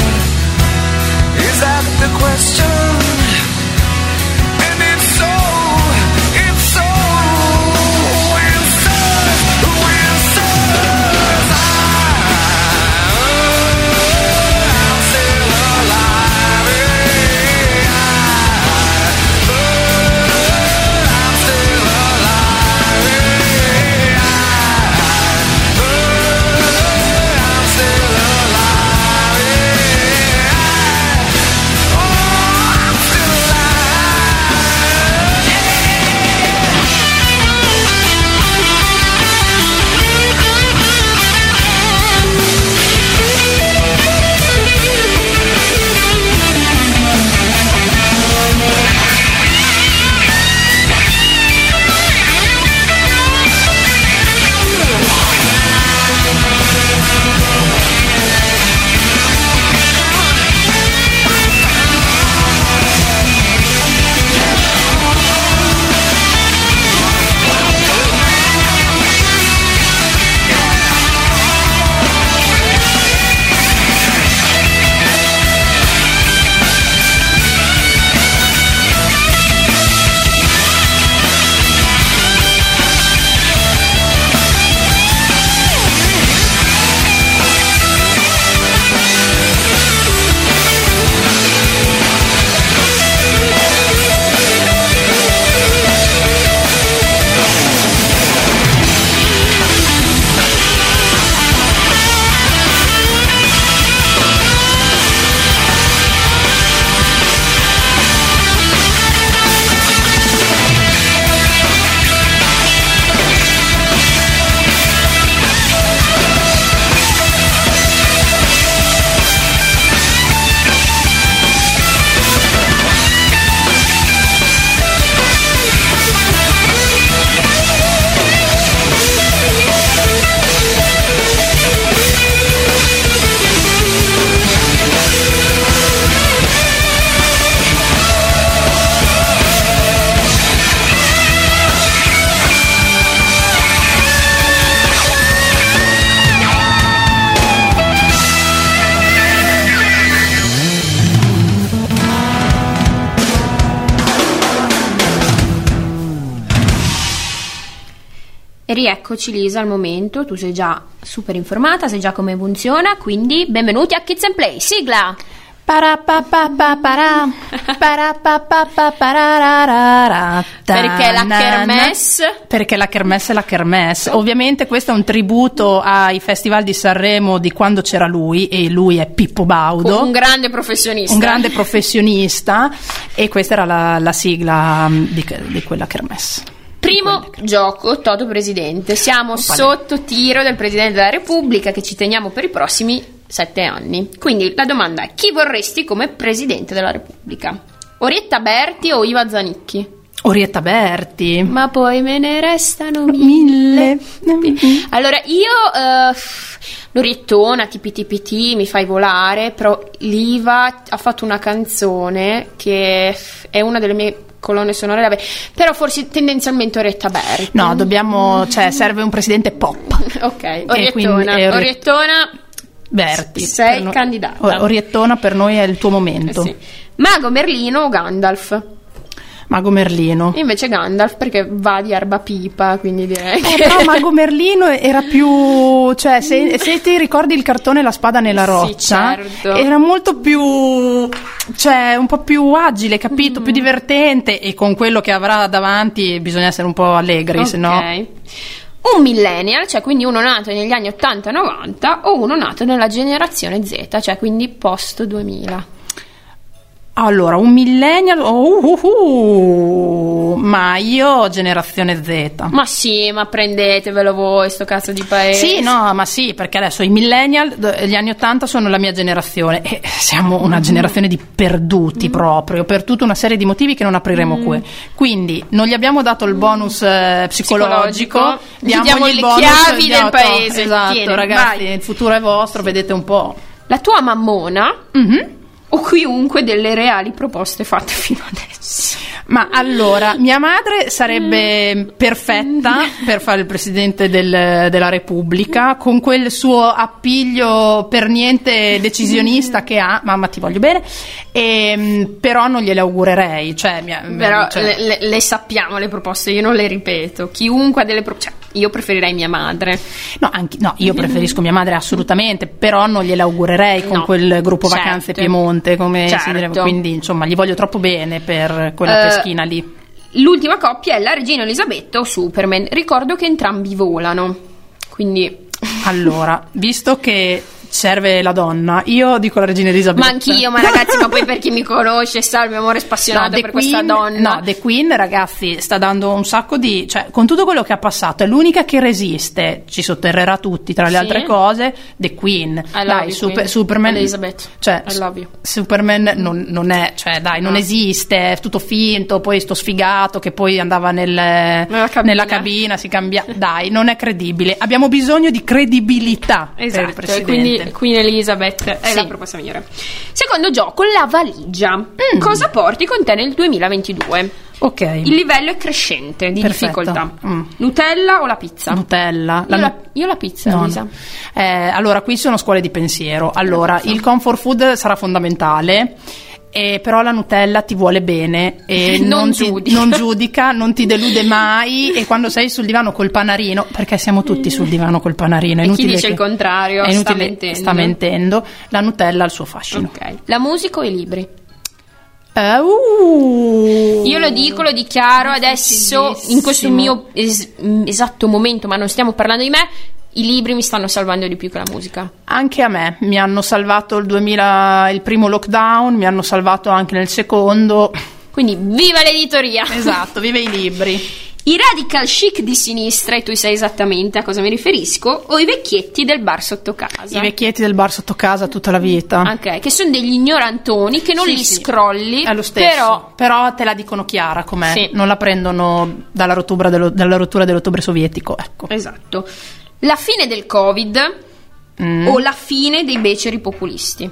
Is that the question? And it's so, it's so, and so, and so. I'm still alive. rieccoci Lisa al momento, tu sei già super informata, sai già come funziona, quindi benvenuti a Kids and Play, sigla! Perché la kermesse? Perché la kermesse è la kermesse. Ovviamente questo è un tributo ai festival di Sanremo di quando c'era lui, e lui è Pippo Baudo, un grande professionista, e questa era la sigla di quella kermesse. Primo gioco, Toto Presidente. Siamo sotto tiro del Presidente della Repubblica, che ci teniamo per i prossimi 7 anni. Quindi la domanda è: chi vorresti come Presidente della Repubblica? Orietta Berti o Iva Zanicchi? Orietta Berti. Ma poi me ne restano mille. Allora io l'Oriettona, TPTPT, mi fai volare, però l'Iva ha fatto una canzone che è una delle mie colonne sonore, però forse tendenzialmente Orietta Berti. No, serve un presidente pop. Ok, Oriettona Berti. Sei candidata. Oriettona per noi è il tuo momento. Sì. Mago Merlino o Gandalf? Mago Merlino. Invece Gandalf, perché va di erba pipa, quindi direi però Mago Merlino era più, cioè se ti ricordi il cartone La spada nella roccia, sì, certo, era molto più, cioè un po' più agile, capito, più divertente, e con quello che avrà davanti bisogna essere un po' allegri, okay. sennò. Un millennial, cioè quindi uno nato negli anni 80-90, o uno nato nella generazione Z, cioè quindi post 2000. Allora, un millennial, ma io generazione Z. Ma sì, ma prendetevelo voi sto cazzo di paese. Sì, no, ma sì, perché adesso i millennial, gli anni 80 sono la mia generazione, e siamo una generazione di perduti proprio, per tutta una serie di motivi che non apriremo qui. Quindi non gli abbiamo dato il bonus psicologico, diamo le bonus, chiavi del paese. Esatto, tieni, ragazzi, vai. il futuro è vostro, vedete un po'. La tua mammona o chiunque delle reali proposte fatte fino adesso? Ma allora, mia madre sarebbe perfetta per fare il presidente della Repubblica, con quel suo appiglio per niente decisionista che ha. Mamma, ti voglio bene, però non gliele augurerei. Però le sappiamo le proposte, io non le ripeto. Chiunque ha delle proposte, io preferirei mia madre. No, io preferisco mia madre assolutamente, però non gliele augurerei con quel gruppo Vacanze Piemonte, come si direbbe. Quindi insomma gli voglio troppo bene per quella peschina lì. L'ultima coppia è la regina Elisabetta o Superman. Ricordo che entrambi volano, quindi allora, visto che serve la donna, io dico la regina Elisabetta. Ma anch'io, ma ragazzi, ma poi per chi mi conosce sa il mio amore spassionato per questa donna. No, The Queen, ragazzi, sta dando un sacco di, cioè, con tutto quello che ha passato, è l'unica che resiste, ci sotterrerà tutti tra le altre cose. The Queen, dai, Superman, Elizabeth, cioè, I love you. Superman non è, cioè, dai, non esiste, è tutto finto, poi sto sfigato che poi andava nella cabina, si cambia, dai, non è credibile, abbiamo bisogno di credibilità per il presidente. Quindi Queen Elizabeth è la proposta migliore. Secondo gioco, la valigia. Cosa porti con te nel 2022? Ok. Il livello è crescente di difficoltà. Nutella o la pizza? Nutella. Io la pizza, no, Lisa. Allora, qui sono scuole di pensiero. Allora, il comfort food sarà fondamentale. Però la Nutella ti vuole bene e non giudica, non ti delude mai, e quando sei sul divano col panarino, perché siamo tutti sul divano col panarino, è inutile, chi dice il contrario sta mentendo, la Nutella ha il suo fascino. Okay. La musica o i libri? Io lo dichiaro adesso, in questo mio esatto momento, ma non stiamo parlando di me. I libri mi stanno salvando di più che la musica. Anche a me, mi hanno salvato il primo lockdown, mi hanno salvato anche nel secondo. Quindi viva l'editoria! Esatto, viva i libri. I radical chic di sinistra, e tu sai esattamente a cosa mi riferisco, o i vecchietti del bar sotto casa? I vecchietti del bar sotto casa tutta la vita. Ok, che sono degli ignorantoni che non li scrolli. È lo stesso, però te la dicono chiara com'è, non la prendono dalla rottura dell'ottobre sovietico, ecco. Esatto. La fine del Covid o la fine dei beceri populisti?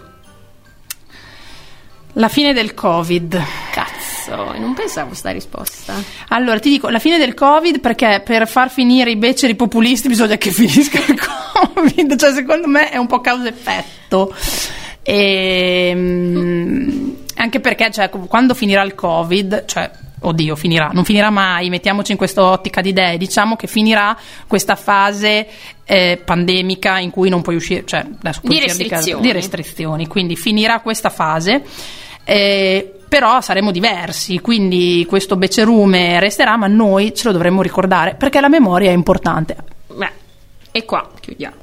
La fine del Covid. Cazzo, non pensavo a sta risposta. Allora, ti dico, la fine del Covid, perché per far finire i beceri populisti bisogna che finisca il Covid. Cioè, secondo me è un po' causa-effetto. Anche perché, cioè, quando finirà il Covid, cioè, oddio, non finirà mai, mettiamoci in questa ottica di idee, diciamo che finirà questa fase pandemica in cui non puoi uscire, cioè adesso puoi uscire di restrizioni, quindi finirà questa fase, però saremo diversi, quindi questo becerume resterà, ma noi ce lo dovremmo ricordare, perché la memoria è importante. E qua chiudiamo.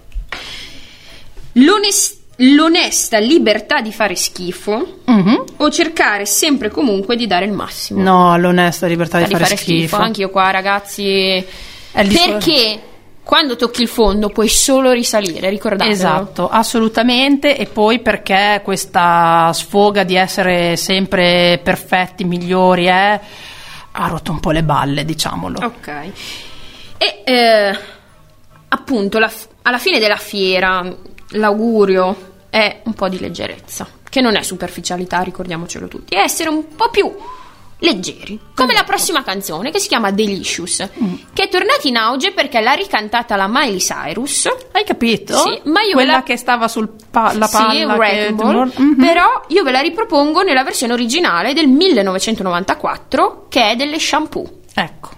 L'onesta libertà di fare schifo o cercare sempre e comunque di dare il massimo? No, l'onesta libertà di fare schifo. Anch'io qua, ragazzi, perché quando tocchi il fondo puoi solo risalire, ricordatelo. Esatto, assolutamente. E poi perché questa sfoga di essere sempre perfetti, migliori, ha rotto un po' le balle, diciamolo. Ok. E appunto alla fine della fiera l'augurio è un po' di leggerezza, che non è superficialità, ricordiamocelo tutti, è essere un po' più leggeri, come la prossima canzone che si chiama Delicious, che è tornata in auge perché l'ha ricantata la Miley Cyrus. Hai capito? Sì, ma io quella che stava sul la palla, sì, Wrecking Ball, però io ve la ripropongo nella versione originale del 1994, che è delle Shampoo. Ecco.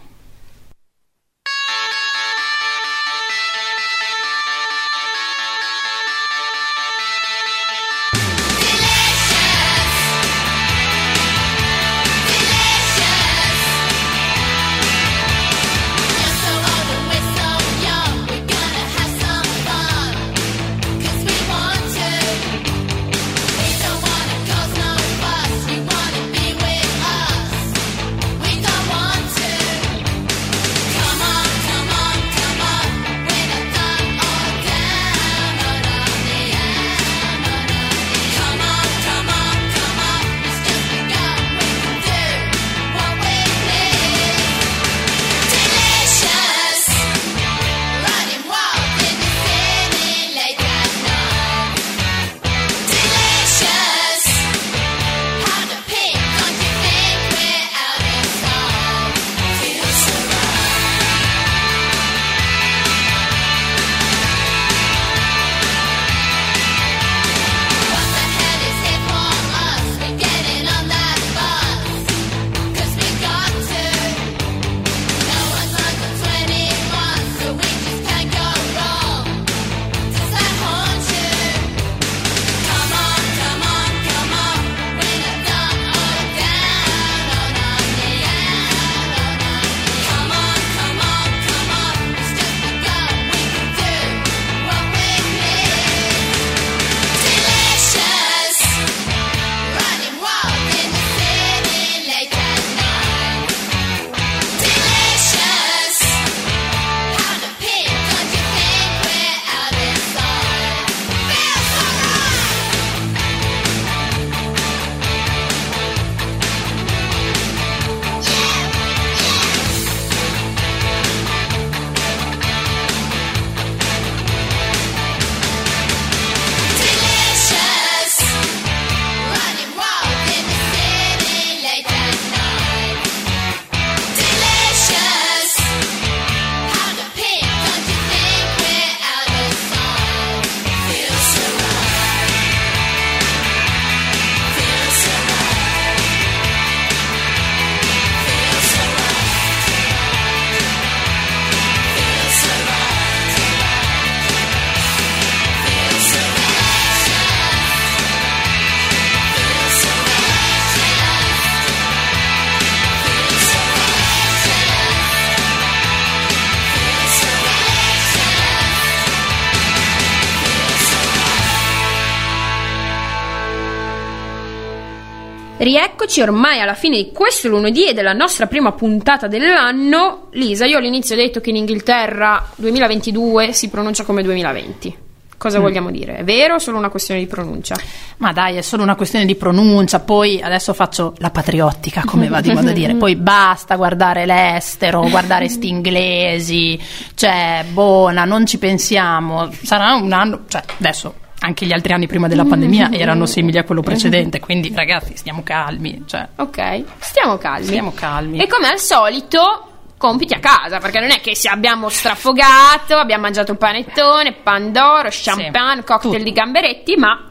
Rieccoci ormai alla fine di questo lunedì e della nostra prima puntata dell'anno. Lisa, io all'inizio ho detto che in Inghilterra 2022 si pronuncia come 2020. Cosa vogliamo dire? È vero o solo una questione di pronuncia? Ma dai, è solo una questione di pronuncia. Poi adesso faccio la patriottica, come va di modo a dire. Poi basta guardare l'estero, guardare sti inglesi. Cioè, buona, non ci pensiamo. Sarà un anno, cioè adesso anche gli altri anni prima della pandemia erano simili a quello precedente, quindi ragazzi stiamo calmi, cioè. Ok, stiamo calmi. E come al solito compiti a casa, perché non è che se abbiamo strafogato, abbiamo mangiato il panettone, pandoro, champagne, cocktail di gamberetti, ma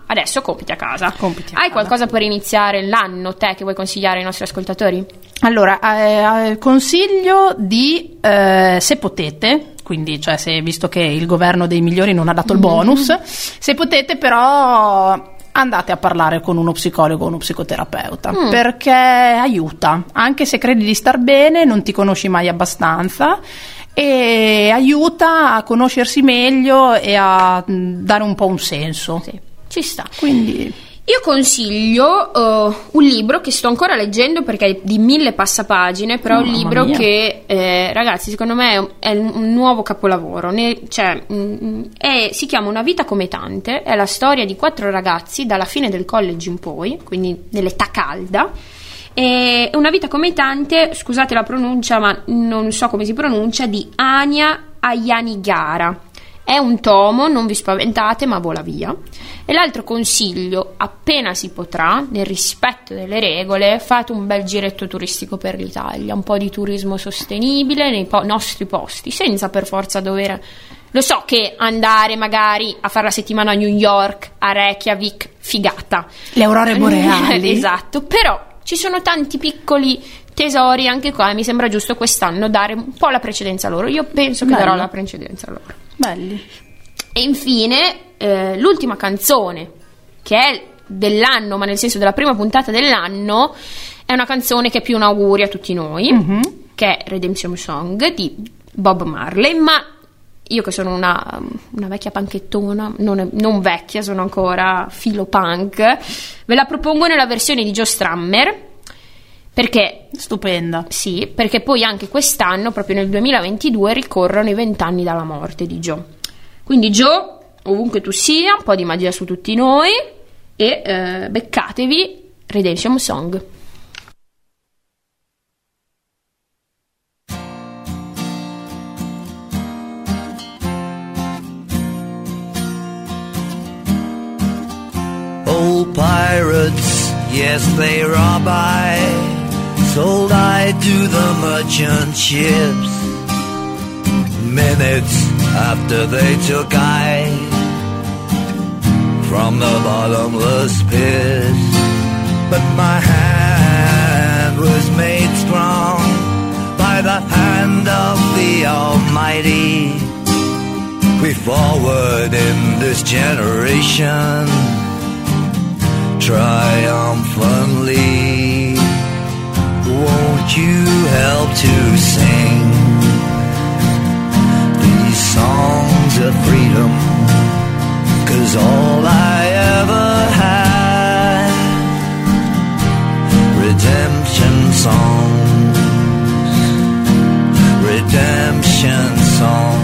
adesso compiti a casa. Compiti a Hai casa. qualcosa per iniziare l'anno, te, che vuoi consigliare ai nostri ascoltatori? Allora, consiglio di, se potete, quindi cioè se visto che il governo dei migliori non ha dato il bonus, se potete però andate a parlare con uno psicologo o uno psicoterapeuta, perché aiuta, anche se credi di star bene, non ti conosci mai abbastanza, e aiuta a conoscersi meglio e a dare un po' un senso. Sì, ci sta. Quindi Io consiglio un libro che sto ancora leggendo perché è di 1000 passapagine, però è un Mamma libro mia. che, ragazzi, secondo me è un nuovo capolavoro. Si chiama Una vita come tante, è la storia di 4 ragazzi dalla fine del college in poi, quindi nell'età calda. E Una vita come tante, scusate la pronuncia, ma non so come si pronuncia, di Ania Ayanigara. È un tomo, non vi spaventate, ma vola via. E l'altro consiglio, appena si potrà, nel rispetto delle regole, fate un bel giretto turistico per l'Italia, un po' di turismo sostenibile nei nostri posti, senza per forza dover... Lo so che andare magari a fare la settimana a New York, a Reykjavik, figata. le aurore boreali. Esatto, però ci sono tanti piccoli tesori anche qua e mi sembra giusto quest'anno dare un po' la precedenza a loro. Io penso che Bello. darò la precedenza a loro. Belli. E infine l'ultima canzone, che è dell'anno, ma nel senso della prima puntata dell'anno, è una canzone che è più un augurio a tutti noi, che è Redemption Song di Bob Marley, ma io che sono una vecchia panchettona, non vecchia, sono ancora filo punk, ve la propongo nella versione di Joe Strummer, perché Stupenda. sì, perché poi anche quest'anno, proprio nel 2022, ricorrono i 20 anni dalla morte di Joe. Quindi Joe, ovunque tu sia, un po' di magia su tutti noi e beccatevi Redemption Song. Old pirates, yes, they rob I, sold I to the merchant ships. Minutes after they took I from the bottomless pit. But my hand was made strong by the hand of the Almighty. We forward in this generation triumphantly. Won't you help to sing these songs of freedom? 'Cause all I ever had, redemption songs, redemption songs.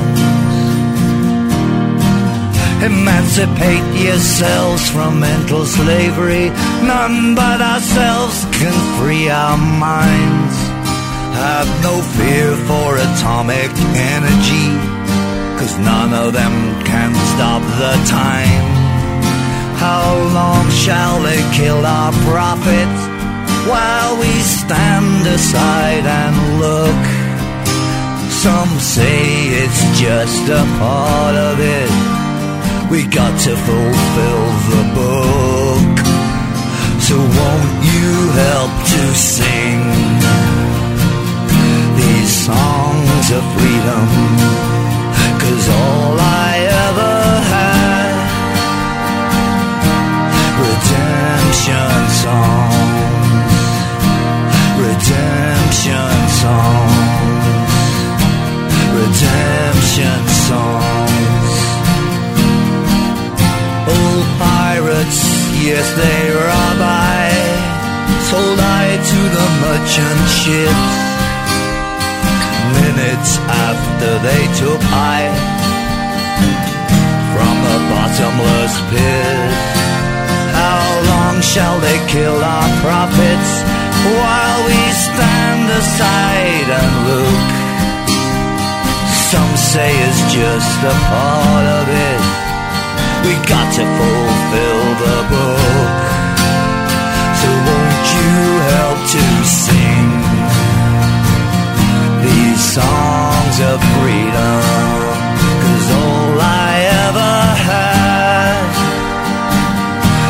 Emancipate yourselves from mental slavery. None but ourselves can free our minds. Have no fear for atomic energy, 'cause none of them can stop the time. How long shall they kill our prophets while we stand aside and look? Some say it's just a part of it. We got to fulfill the book. So won't you help to sing these songs of freedom? 'Cause all I ever had, redemption songs, redemption songs, redemption songs. Old pirates, yes, they rob I, sold I to the merchant ships. Minutes after they took I from the bottomless pit. How long shall they kill our prophets while we stand aside and look? Some say it's just a part of it. We got to fulfill the book. So won't you help to sing these songs of freedom? 'Cause all I ever had,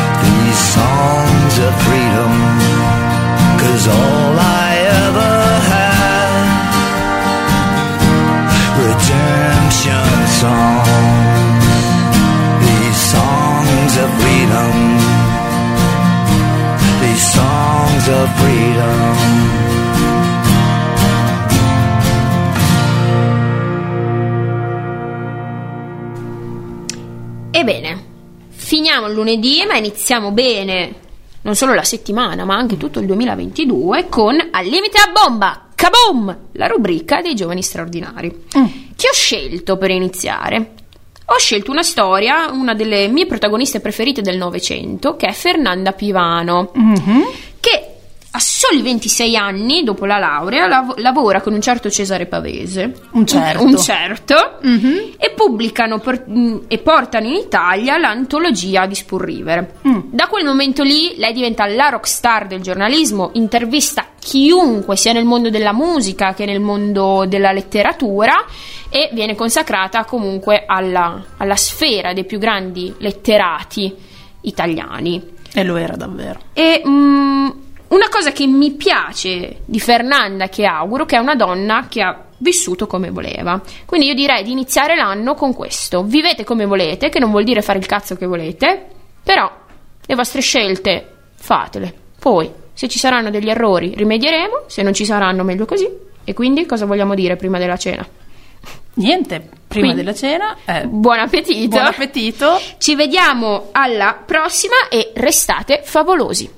iniziamo il lunedì, ma iniziamo bene non solo la settimana, ma anche tutto il 2022 con Al limite a bomba, kaboom, la rubrica dei giovani straordinari. Che ho scelto per iniziare? Ho scelto una storia, una delle mie protagoniste preferite del Novecento, che è Fernanda Pivano, che a soli 26 anni, dopo la laurea, lavora con un certo Cesare Pavese. Un certo. E pubblicano e portano in Italia l'antologia di Spoon River. Da quel momento lì lei diventa la rockstar del giornalismo, intervista chiunque, sia nel mondo della musica che nel mondo della letteratura, e viene consacrata comunque alla sfera dei più grandi letterati italiani. E lo era davvero. E una cosa che mi piace di Fernanda, che auguro, che è una donna che ha vissuto come voleva. Quindi io direi di iniziare l'anno con questo: vivete come volete, che non vuol dire fare il cazzo che volete, però le vostre scelte fatele. Poi, se ci saranno degli errori, rimedieremo, se non ci saranno, meglio così. E quindi cosa vogliamo dire prima della cena? Niente, prima della cena. Buon appetito. Buon appetito. Ci vediamo alla prossima e restate favolosi.